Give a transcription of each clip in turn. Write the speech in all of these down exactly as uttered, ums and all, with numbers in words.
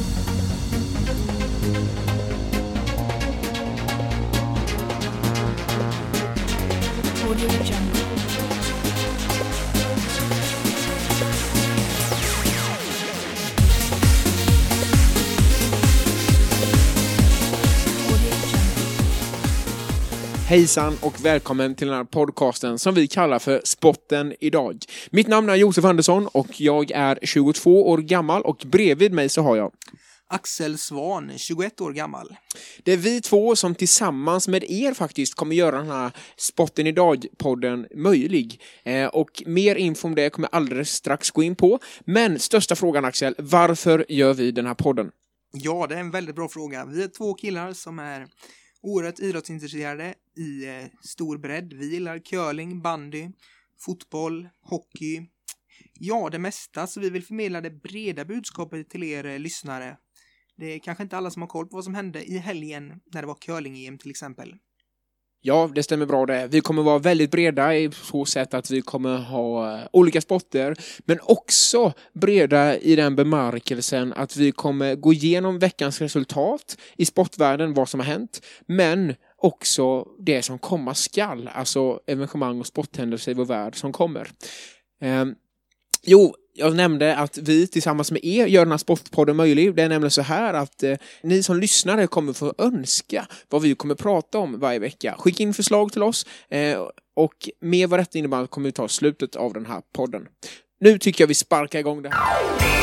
Hejsan och välkommen till den här podcasten som vi kallar för Spotten idag. Mitt namn är Josef Andersson och jag är tjugotvå år gammal och bredvid mig så har jag Axel Svan, tjugoett år gammal. Det är vi två som tillsammans med er faktiskt kommer göra den här Spotten idag-podden möjlig. Eh, och mer info om det kommer jag alldeles strax gå in på. Men största frågan, Axel, varför gör vi den här podden? Ja, det är en väldigt bra fråga. Vi är två killar som är oerhört idrottsintresserade i eh, stor bredd. Vi gillar curling, bandy, fotboll, hockey. Ja, det mesta. Så vi vill förmedla det breda budskapet till er eh, lyssnare. Det är kanske inte alla som har koll på vad som hände i helgen när det var curling-E M till exempel. Ja, det stämmer bra det. Vi kommer vara väldigt breda i så sätt att vi kommer ha olika sporter. Men också breda i den bemärkelsen att vi kommer gå igenom veckans resultat i sportvärlden, vad som har hänt. Men också det som komma skall. Alltså evenemang och sporthändelser i vår värld som kommer. Um, jo, jag nämnde att vi tillsammans med er gör den här sportpodden möjlig. Det är nämligen så här att eh, ni som lyssnare kommer få önska vad vi kommer prata om varje vecka. Skicka in förslag till oss eh, och med vad detta innebär kommer vi ta slutet av den här podden. Nu tycker jag vi sparkar igång det här.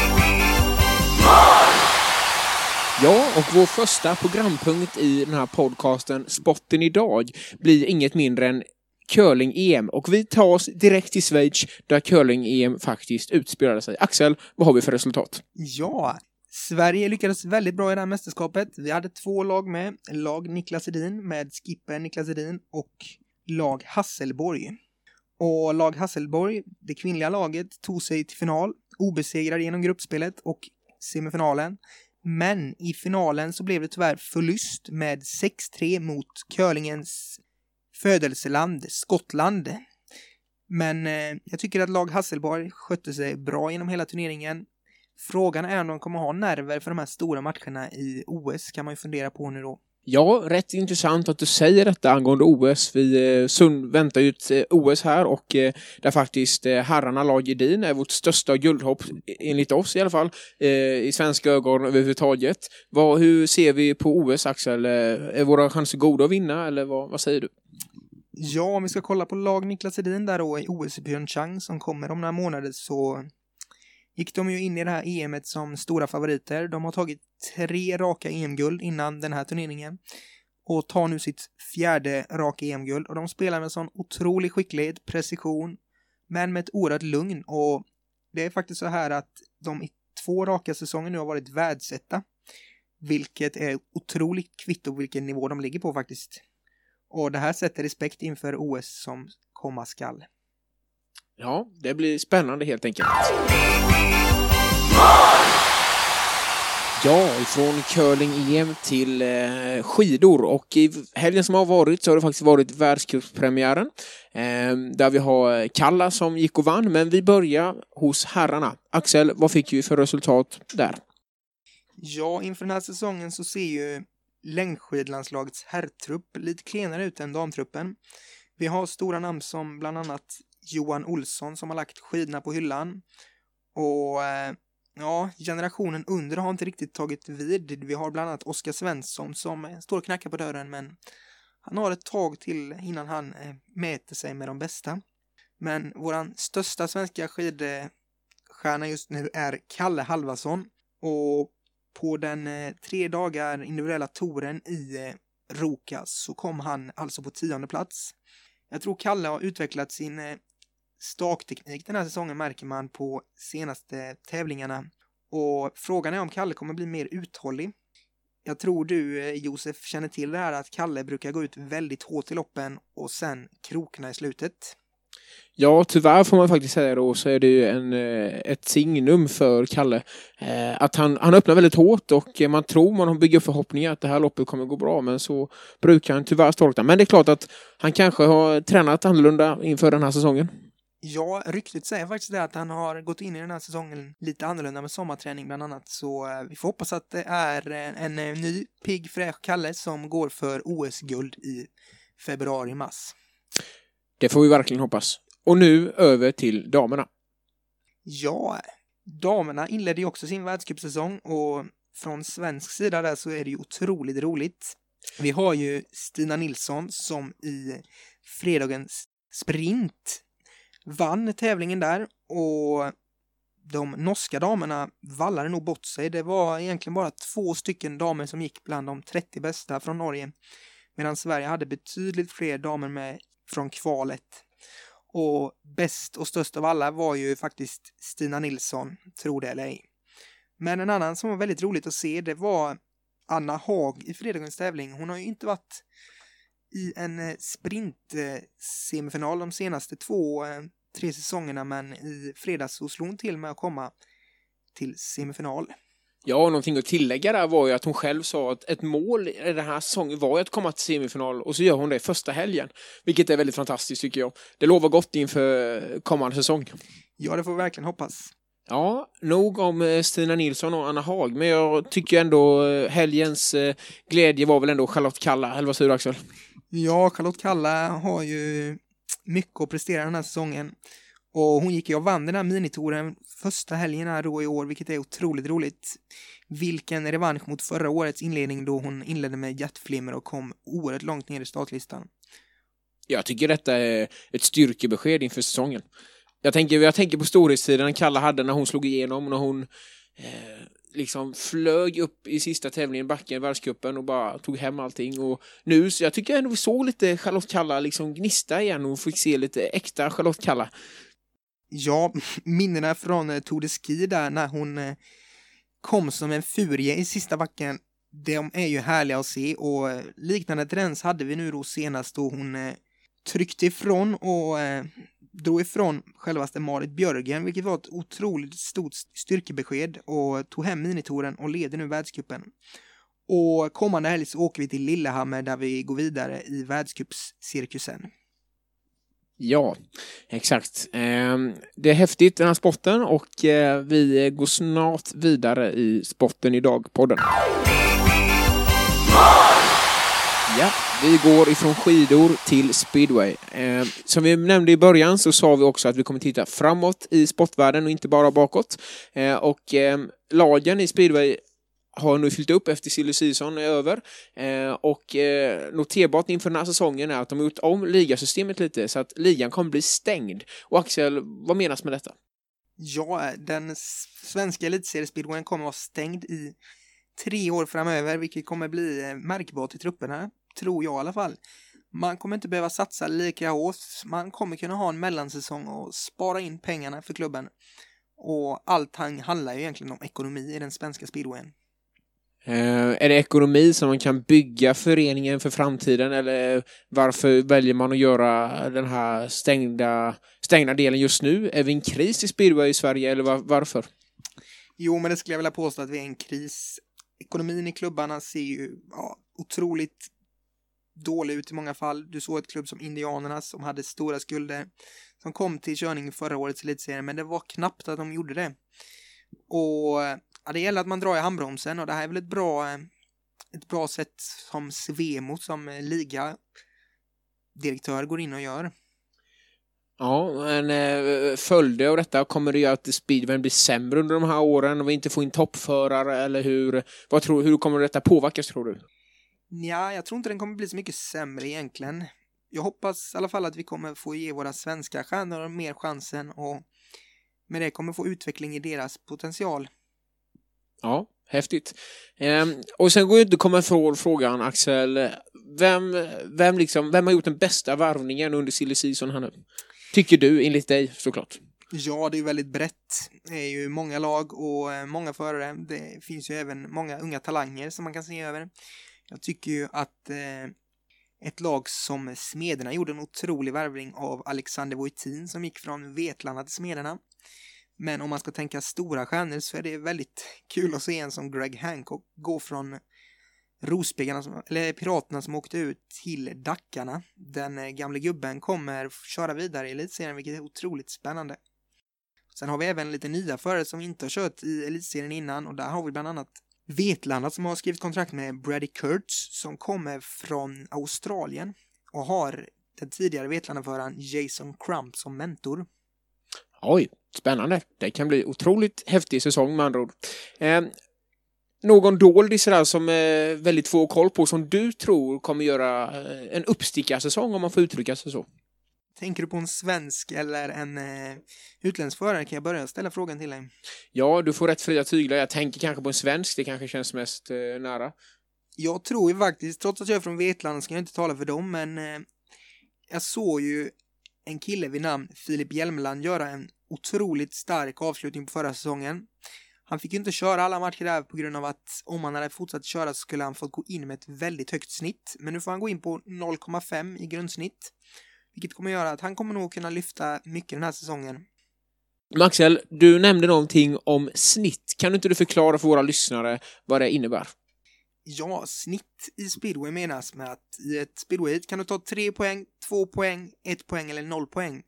Ja, och vår första programpunkt i den här podcasten Spotten idag blir inget mindre än curling-E M. Och vi tar oss direkt till Schweiz där curling-E M faktiskt utspelade sig. Axel, vad har vi för resultat? Ja, Sverige lyckades väldigt bra i det här mästerskapet. Vi hade två lag med. Lag Niklas Edin med skipper Niklas Edin och lag Hasselborg. Och lag Hasselborg, det kvinnliga laget, tog sig till final. Obesegrade genom gruppspelet och semifinalen. Men i finalen så blev det tyvärr förlust med sex tre mot curlingens födelseland, Skottland. Men eh, jag tycker att lag Hasselborg skötte sig bra genom hela turneringen. Frågan är om de kommer ha nerver för de här stora matcherna i O S, kan man ju fundera på nu då. Ja, rätt intressant att du säger detta angående O S. Vi eh, Sund väntar ju ett eh, O S här och eh, där faktiskt eh, herrarna lag Edin är vårt största guldhopp enligt oss i alla fall eh, i svenska ögon överhuvudtaget. Vad, hur ser vi på O S, Axel? Eh, är våra chanser goda att vinna eller vad, vad säger du? Ja, om vi ska kolla på lag Niklas Edin där då i O S i Pyeongchang som kommer om några månader så gick de ju in i det här E M:et som stora favoriter. De har tagit tre raka E M-guld innan den här turneringen och tar nu sitt fjärde raka E M-guld. Och de spelar med sån otrolig skicklighet, precision, men med ett oerhört lugn. Och det är faktiskt så här att de i två raka säsonger nu har varit världsetta, vilket är otroligt kvitto vilken nivå de ligger på faktiskt. Och det här sätter respekt inför O S som komma skall. Ja, det blir spännande helt enkelt. Ja, från curling-E M till eh, skidor. Och i helgen som har varit så har det faktiskt varit världscuppremiären. Eh, där vi har Kalla som gick och vann. Men vi börjar hos herrarna. Axel, vad fick vi för resultat där? Ja, inför den här säsongen så ser ju längdskidlandslagets herrtrupp lite klenare ut än damtruppen. Vi har stora namn som bland annat Johan Olsson som har lagt skidorna på hyllan. Och eh, ja, generationen under har inte riktigt tagit vid. Vi har bland annat Oskar Svensson som står och knackar på dörren, men han har ett tag till innan han eh, mäter sig med de bästa. Men våran största svenska skidstjärna just nu är Kalle Halvarsson. Och på den eh, tre dagar individuella touren i eh, Rokas så kom han alltså på tionde plats. Jag tror Kalle har utvecklat sin eh, stakteknik den här säsongen, märker man på senaste tävlingarna. Och frågan är om Kalle kommer bli mer uthållig. Jag tror du, eh, Josef, känner till det här att Kalle brukar gå ut väldigt hårt i loppen och sen krokna i slutet. Ja, tyvärr får man faktiskt säga då, så är det ju en, ett signum för Kalle. Eh, att han, han öppnar väldigt hårt och man tror, man bygger förhoppningar att det här loppet kommer gå bra, men så brukar han tyvärr storkna. Men det är klart att han kanske har tränat annorlunda inför den här säsongen. Ja, ryktet säger faktiskt det att han har gått in i den här säsongen lite annorlunda med sommarträning bland annat. Så eh, vi får hoppas att det är en, en, en ny, pigg, fräsch Kalle som går för O S-guld i februari-mars. Det får vi verkligen hoppas. Och nu över till damerna. Ja, damerna inledde ju också sin världscupsäsong och från svensk sida där så är det ju otroligt roligt. Vi har ju Stina Nilsson som i fredagens sprint vann tävlingen där och de norska damerna vallade nog bort sig. Det var egentligen bara två stycken damer som gick bland de trettio bästa från Norge. Medan Sverige hade betydligt fler damer med från kvalet. Och bäst och störst av alla var ju faktiskt Stina Nilsson, tro det eller ej. Men en annan som var väldigt roligt att se, det var Anna Haag i fredagens tävling. Hon har ju inte varit i en sprint-semifinal de senaste två, tre säsongerna, men i fredags så slog hon till med att komma till semifinal. Ja, någonting att tillägga där var ju att hon själv sa att ett mål i den här säsongen var att komma till semifinal och så gör hon det första helgen. Vilket är väldigt fantastiskt tycker jag. Det lovar gott inför kommande säsong. Ja, det får vi verkligen hoppas. Ja, nog om Stina Nilsson och Anna Haag, men jag tycker ändå helgens glädje var väl ändå Charlotte Kalla, eller vad säger du Axel? Ja, Charlotte Kalla har ju mycket att prestera den här säsongen. Och hon gick ju och vann den här minitouren första helgen här då i år, vilket är otroligt roligt. Vilken revansch mot förra årets inledning då hon inledde med hjärtflimmer och kom oerhört långt ner i startlistan. Jag tycker detta är ett styrkebesked inför säsongen. Jag tänker, jag tänker på storhetstiden Kalla hade när hon slog igenom, när hon eh, liksom flög upp i sista tävlingen i backen i världscupen och bara tog hem allting. Och nu, så jag tycker ändå vi såg lite Charlotte Kalla liksom gnista igen och fick se lite äkta Charlotte Kalla. Ja, minnena från Tour de Ski där när hon eh, kom som en furie i sista backen, de är ju härliga att se och eh, liknande trends hade vi nu då senast då hon eh, tryckte ifrån och eh, drog ifrån självaste Marit Björgen, vilket var ett otroligt stort styrkebesked och tog hem minitouren och leder nu världscupen. Och kommande helg så åker vi till Lillehammer där vi går vidare i världscupscirkusen. Ja, exakt. Det är häftigt den här sporten och vi går snart vidare i Sporten idag-podden. Ja, vi går ifrån skidor till speedway. Eh, som vi nämnde i början så sa vi också att vi kommer titta framåt i sportvärlden och inte bara bakåt. Eh, och eh, lagen i speedway har nu fyllt upp efter silly season är över. Eh, och eh, noterbart inför den här säsongen är att de har gjort om ligasystemet lite så att ligan kommer bli stängd. Och Axel, vad menas med detta? Ja, den svenska elitseriespeedwayen kommer att vara stängd i tre år framöver, vilket kommer bli märkbart i trupperna, tror jag i alla fall. Man kommer inte behöva satsa lika hårt. Man kommer kunna ha en mellansäsong och spara in pengarna för klubben. Och allt handlar ju egentligen om ekonomi i den svenska speedwayen. Eh, är det ekonomi som man kan bygga föreningen för framtiden eller varför väljer man att göra den här stängda, stängda delen just nu? Är vi en kris i speedway i Sverige eller var, varför? Jo, men det skulle jag vilja påstå att vi är en kris. Ekonomin i klubbarna ser ju ja, otroligt dålig ut i många fall. Du såg ett klubb som Indianerna som hade stora skulder som kom till körning förra årets elitserie, men det var knappt att de gjorde det. Och ja, det gäller att man drar i handbromsen och det här är väl ett bra, ett bra sätt som Svemo som liga direktör går in och gör. Ja, men eh, följder av detta kommer det göra att speedwayen blir sämre under de här åren och vi inte får in toppförare eller hur, vad tror, hur kommer detta påverkas tror du? Ja, jag tror inte den kommer bli så mycket sämre egentligen. Jag hoppas i alla fall att vi kommer få ge våra svenska stjärnor mer chansen och med det kommer få utveckling i deras potential. Ja, häftigt. Ehm, och sen går ju inte komma ifrån frågan, Axel, vem, vem, liksom, vem har gjort den bästa varvningen under silly season här nu? Tycker du, enligt dig, såklart? Ja, det är väldigt brett. Det är ju många lag och många förare. Det finns ju även många unga talanger som man kan se över. Jag tycker ju att eh, ett lag som Smederna gjorde en otrolig värvning av Alexander Wojtin som gick från Vetlanda till Smederna. Men om man ska tänka stora stjärnor så är det väldigt kul att se en som Greg Hancock gå från Rospiggarna, som, eller piraterna som åkte ut till Dackarna. Den gamla gubben kommer köra vidare i elitserien, vilket är otroligt spännande. Sen har vi även lite nya förare som inte har kört i elitserien innan, och där har vi bland annat Vetlanda som har skrivit kontrakt med Brady Kurtz som kommer från Australien och har den tidigare Vetlanda-föraren Jason Crump som mentor. Oj, spännande. Det kan bli otroligt häftig säsong med andra ord. Eh, någon dold sådär som eh, väldigt få koll på som du tror kommer göra eh, en uppstickarsäsong om man får uttrycka sig så? Tänker du på en svensk eller en eh, utländsk förare? Kan jag börja ställa frågan till dig? Ja, du får rätt fria tyglar. Jag tänker kanske på en svensk. Det kanske känns mest eh, nära. Jag tror ju faktiskt, trots att jag är från Vetlanda ska jag inte tala för dem, men eh, jag såg ju en kille vid namn Filip Hjelmeland göra en otroligt stark avslutning på förra säsongen. Han fick ju inte köra alla matcher där på grund av att om han hade fortsatt köra så skulle han fått gå in med ett väldigt högt snitt. Men nu får han gå in på noll komma fem i grundsnitt. Vilket kommer göra att han kommer nog kunna lyfta mycket den här säsongen. Maxel, du nämnde någonting om snitt. Kan du inte du förklara för våra lyssnare vad det innebär? Ja, snitt i speedway menas med att i ett speedway kan du ta tre poäng, två poäng, ett poäng eller noll poäng.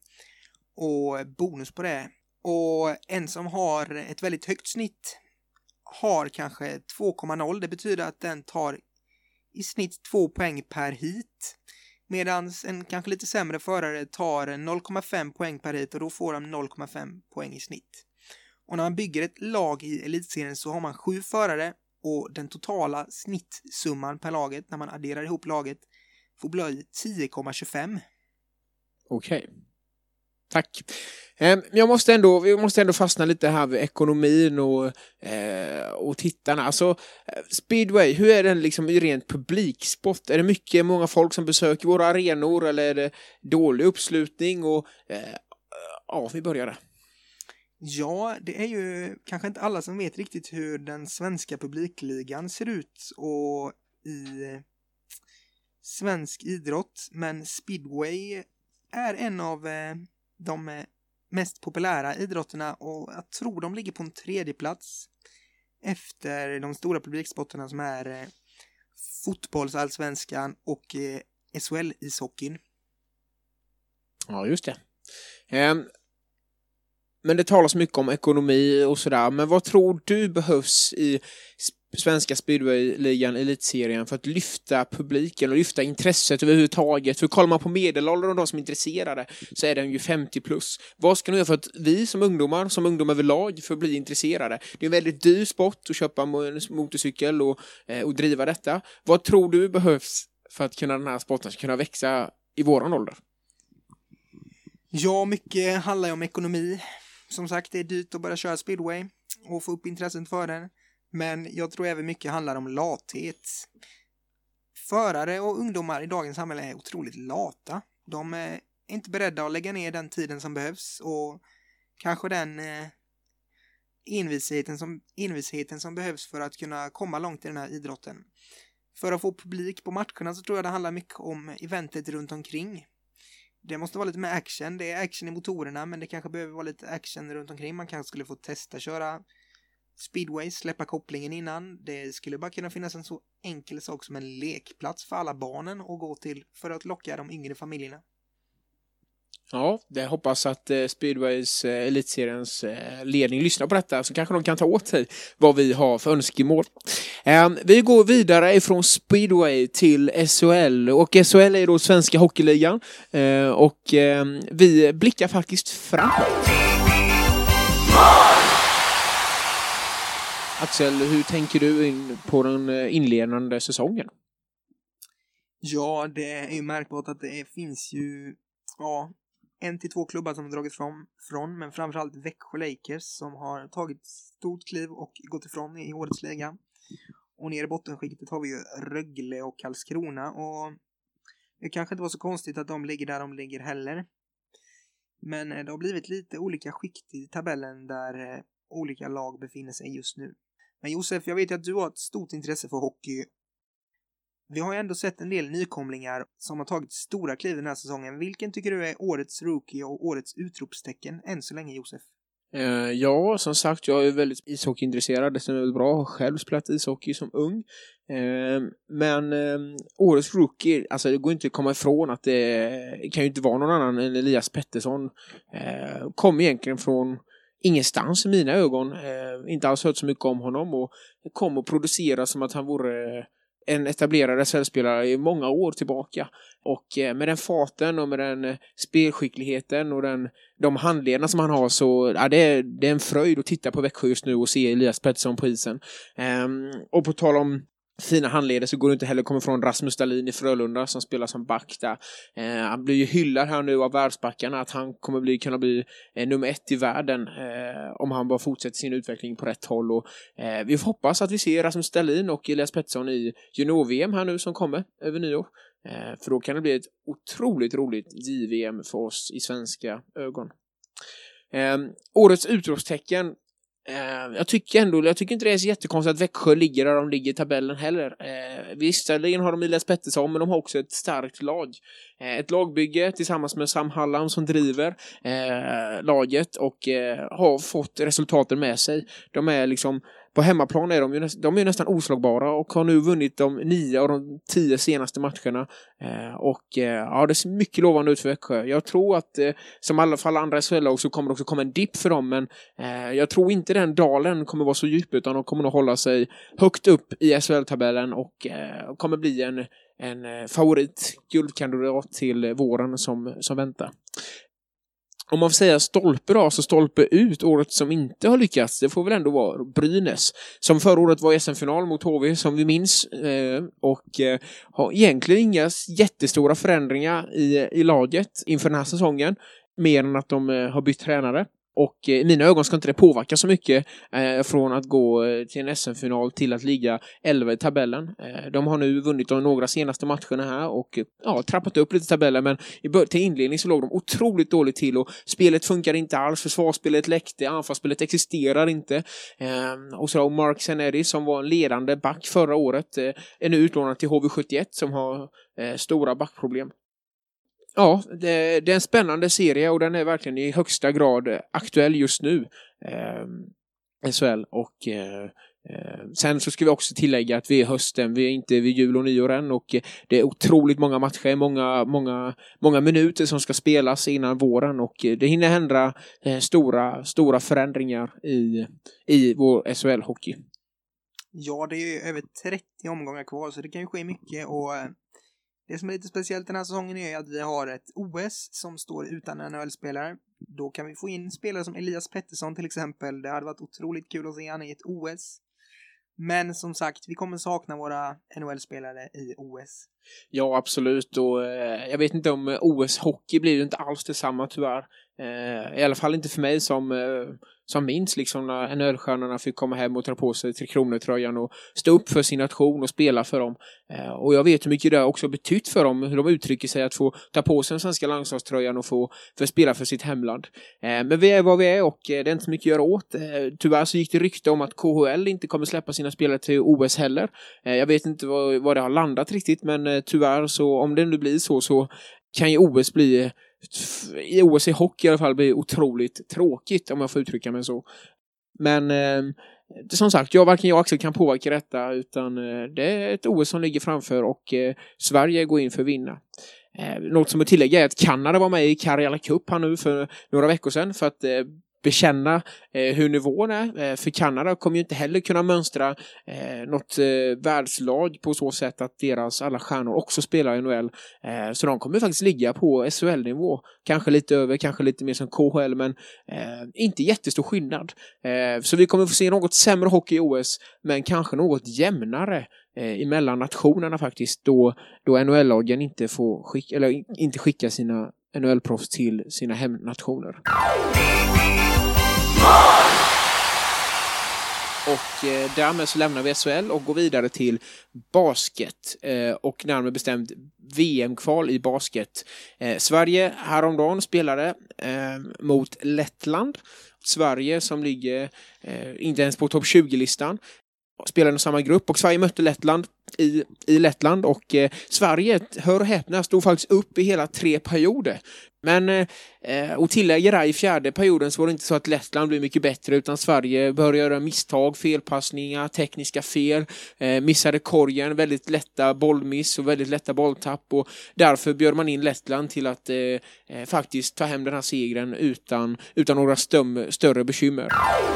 Och bonus på det. Och en som har ett väldigt högt snitt har kanske två komma noll. Det betyder att den tar i snitt två poäng per hit. Medan en kanske lite sämre förare tar noll komma fem poäng per hit och då får de noll komma fem poäng i snitt. Och när man bygger ett lag i elitserien så har man sju förare och den totala snittsumman per laget när man adderar ihop laget får bli tio komma tjugofem. Okej. Okay. Tack. Jag måste ändå, vi måste ändå fastna lite här vid ekonomin och, eh, och tittarna. Alltså, speedway, hur är den liksom i rent publiksport? Är det mycket, många folk som besöker våra arenor eller är det dålig uppslutning? Och, eh, ja, vi börjar där. Ja, det är ju kanske inte alla som vet riktigt hur den svenska publikligan ser ut och i svensk idrott. Men speedway är en av eh, de mest populära idrotterna och jag tror de ligger på en tredje plats efter de stora publiksporterna som är eh, fotbollsallsvenskan och eh, S H L-ishockeyn. Ja, just det. Um, men det talas mycket om ekonomi och sådär. Men vad tror du behövs i svenska speedway-ligan, elitserien, för att lyfta publiken och lyfta intresset överhuvudtaget? För kollar man på medelåldern och de som är intresserade så är den ju femtio plus. Vad ska ni göra för att vi som ungdomar, som ungdomar överlag, får bli intresserade? Det är en väldigt dyr sport att köpa en motorcykel och, och driva detta. Vad tror du behövs för att kunna den här sporten ska kunna växa i våran ålder? Ja, mycket handlar ju om ekonomi. Som sagt, det är dyrt att börja köra speedway och få upp intresset för den. Men jag tror även mycket handlar om lathet. Förare och ungdomar i dagens samhälle är otroligt lata. De är inte beredda att lägga ner den tiden som behövs och kanske den eh, envisheten, som, envisheten som behövs för att kunna komma långt i den här idrotten. För att få publik på matcherna så tror jag det handlar mycket om eventet runt omkring. Det måste vara lite mer action. Det är action i motorerna men det kanske behöver vara lite action runt omkring. Man kanske skulle få testa köra speedway, släppa kopplingen innan. Det skulle bara kunna finnas en så enkel sak som en lekplats för alla barnen att gå till för att locka de yngre familjerna. Ja, det hoppas att eh, Speedways eh, elitseriens eh, ledning lyssnar på detta så kanske de kan ta åt sig vad vi har för önskemål. Eh, vi går vidare ifrån Speedway till S H L och S H L är då svenska hockeyligan eh, och eh, vi blickar faktiskt framåt. Axel, hur tänker du in på den inledande säsongen? Ja, det är ju märkbart att det finns ju ja, en till två klubbar som har dragit från, från men framförallt Växjö Lakers som har tagit stort kliv och gått ifrån i årets liga. Och nere i bottenskiktet har vi ju Rögle och Karlskrona och det kanske inte var så konstigt att de ligger där de ligger heller. Men det har blivit lite olika skikt i tabellen där olika lag befinner sig just nu. Men Josef, jag vet att du har ett stort intresse för hockey. Vi har ju ändå sett en del nykomlingar som har tagit stora kliv den här säsongen. Vilken tycker du är årets rookie och årets utropstecken än så länge, Josef? Uh, ja, som sagt, jag är väldigt ishockeyintresserad. Det stämmer väldigt bra. Jag har själv spelat ishockey som ung. Uh, men uh, årets rookie, alltså det går inte att komma ifrån att det kan ju inte vara någon annan än Elias Pettersson. Uh, kom egentligen från ingenstans i mina ögon. Uh, inte alls hört så mycket om honom och kom och producera som att han vore uh, en etablerad S H L-spelare i många år tillbaka. Och eh, med den farten och med den eh, spelskickligheten och den, de handledarna som han har så ja, det, är, det är en fröjd att titta på Växjö just nu och se Elias Pettersson på isen. Um, och på tal om fina handledare så går det inte heller komma från Rasmus Dahlin i Frölunda som spelar som back där. Eh, han blir ju hyllad här nu av världsbackarna att han kommer bli, kunna bli eh, nummer ett i världen eh, om han bara fortsätter sin utveckling på rätt håll. Och, eh, vi hoppas att vi ser Rasmus Dahlin och Elias Pettersson i junior-V M här nu som kommer över nyår. Eh, för då kan det bli ett otroligt roligt J V M för oss i svenska ögon. Eh, årets utropstecken. Uh, jag tycker ändå, jag tycker inte det är så jättekonstigt att Växjö ligger där de ligger i tabellen heller. Uh, visserligen har de Elias Pettersson, men de har också ett starkt lag. Uh, ett lagbygge tillsammans med Sam Hallam som driver uh, laget och uh, har fått resultaten med sig. De är liksom, på hemmaplan är de ju, näst, de är nästan oslagbara och har nu vunnit de nio av de tio senaste matcherna. Uh, och uh, ja, det ser mycket lovande ut för Växjö. Jag tror att uh, som i alla fall andra S H L också kommer det också komma en dipp för dem, men uh, jag tror inte den dalen kommer vara så djup utan de kommer att hålla sig högt upp i S H L-tabellen och uh, kommer bli en, en uh, favorit guldkandidat till våren som, som väntar. Om man får säga stolpe då, så stolpe ut året som inte har lyckats, det får väl ändå vara Brynäs. Som förra året var i S M-final mot H V som vi minns eh, och eh, har egentligen inga jättestora förändringar i, i laget inför den här säsongen. Mer än att de eh, har bytt tränare. Och eh, i mina ögon ska inte det påverka så mycket eh, från att gå eh, till en S M-final till att ligga elva i tabellen. Eh, de har nu vunnit de några senaste matcherna här och eh, ja, trappat upp lite tabellen, men i bör- till inledning så låg de otroligt dåligt till och spelet funkar inte alls, försvarsspelet läckte, anfallsspelet existerar inte. Eh, och så har Mark Zanetti som var en ledande back förra året eh, är nu utlånad till H V sjuttioett som har eh, stora backproblem. Ja, det, det är en spännande serie och den är verkligen i högsta grad aktuell just nu. Eh, S H L och eh, sen så ska vi också tillägga att vi är hösten, vi är inte vid jul och nyår än och det är otroligt många matcher, många, många, många minuter som ska spelas innan våren och det hinner hända eh, stora, stora förändringar i, i vår S H L-hockey. Ja, det är ju över trettio omgångar kvar så det kan ju ske mycket och det som är lite speciellt den här säsongen är att vi har ett O S som står utan N H L-spelare. Då kan vi få in spelare som Elias Pettersson till exempel. Det hade varit otroligt kul att se han i ett O S. Men som sagt, vi kommer sakna våra N H L-spelare i O S. Ja, absolut. Och, eh, jag vet inte om O S-hockey blir inte alls detsamma tyvärr. Eh, I alla fall inte för mig som, eh, som minns liksom när N H L-stjärnorna fick komma hem och dra på sig Tre Kronor-tröjan och stå upp för sin nation och spela för dem. Eh, och jag vet hur mycket det har också betytt för dem, hur de uttrycker sig att få ta på sig den svenska landslagströjan och få för spela för sitt hemland. Eh, men vi är vad vi är och eh, det är inte så mycket att göra åt. Eh, tyvärr så gick det rykte om att K H L inte kommer släppa sina spelare till O S heller. Eh, jag vet inte vad, vad det har landat riktigt, men eh, tyvärr så om det nu blir så så kan ju O S bli i O S i hockey i alla fall blir otroligt tråkigt om jag får uttrycka mig så. Men eh, det, som sagt, jag, varken jag och Axel kan påverka detta utan eh, det är ett O S som ligger framför och eh, Sverige går in för att vinna. Eh, något som att tillägga är att Kanada var med i Karjala Cup här nu för några veckor sedan för att eh, bekänna eh, hur nivån är. Eh, för Kanada kommer ju inte heller kunna mönstra eh, något eh, världslag på så sätt att deras alla stjärnor också spelar i N H L. Eh, så de kommer faktiskt ligga på S H L-nivå. Kanske lite över, kanske lite mer som K H L, men eh, inte jättestor skillnad. Eh, så vi kommer få se något sämre hockey i O S, men kanske något jämnare eh, emellan nationerna faktiskt, då, då N H L-lagen inte får skicka, eller inte skicka sina N H L-proffs till sina hemnationer. Och eh, därmed så lämnar vi S H L och går vidare till basket eh, och närmare bestämt V M-kval i basket. Eh, Sverige häromdagen spelade eh, mot Lettland. Sverige som ligger eh, inte ens på topp tjugo-listan. spelade i samma grupp och Sverige mötte Lettland i, i Lettland och eh, Sverige, hör och häpna, stod faktiskt upp i hela tre perioder. Men eh, och tillägger där i fjärde perioden så var det inte så att Lettland blev mycket bättre utan Sverige började göra misstag, felpassningar, tekniska fel, eh, missade korgen, väldigt lätta bollmiss och väldigt lätta bolltapp och därför bjöd man in Lettland till att eh, eh, faktiskt ta hem den här segern utan, utan några stöm, större bekymmer.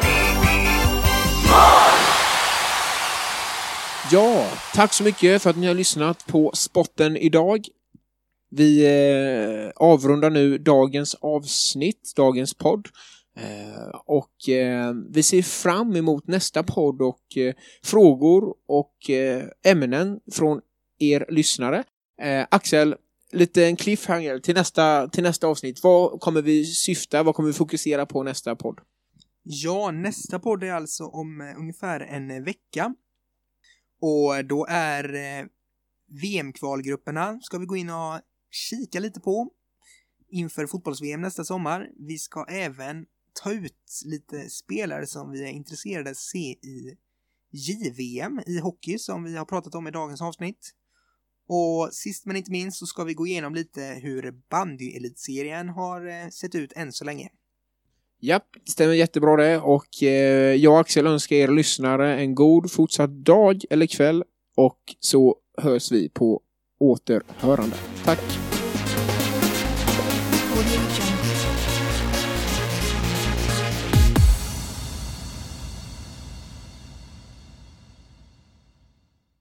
Ja, tack så mycket för att ni har lyssnat på Spotten idag. Vi eh, avrundar nu dagens avsnitt, dagens podd. Eh, och eh, vi ser fram emot nästa podd och eh, frågor och eh, ämnen från er lyssnare. Eh, Axel, lite en cliffhanger till nästa, till nästa avsnitt. Vad kommer vi syfta, vad kommer vi fokusera på nästa podd? Ja, nästa podd är alltså om eh, ungefär en vecka. Och då är eh, V M-kvalgrupperna ska vi gå in och kika lite på inför fotbolls-V M nästa sommar. Vi ska även ta ut lite spelare som vi är intresserade att se i J V M i hockey som vi har pratat om i dagens avsnitt. Och sist men inte minst så ska vi gå igenom lite hur bandy-elitserien har sett ut än så länge. Ja, det stämmer jättebra det och eh, jag och Axel önskar er lyssnare en god fortsatt dag eller kväll och så hörs vi på återhörande. Tack!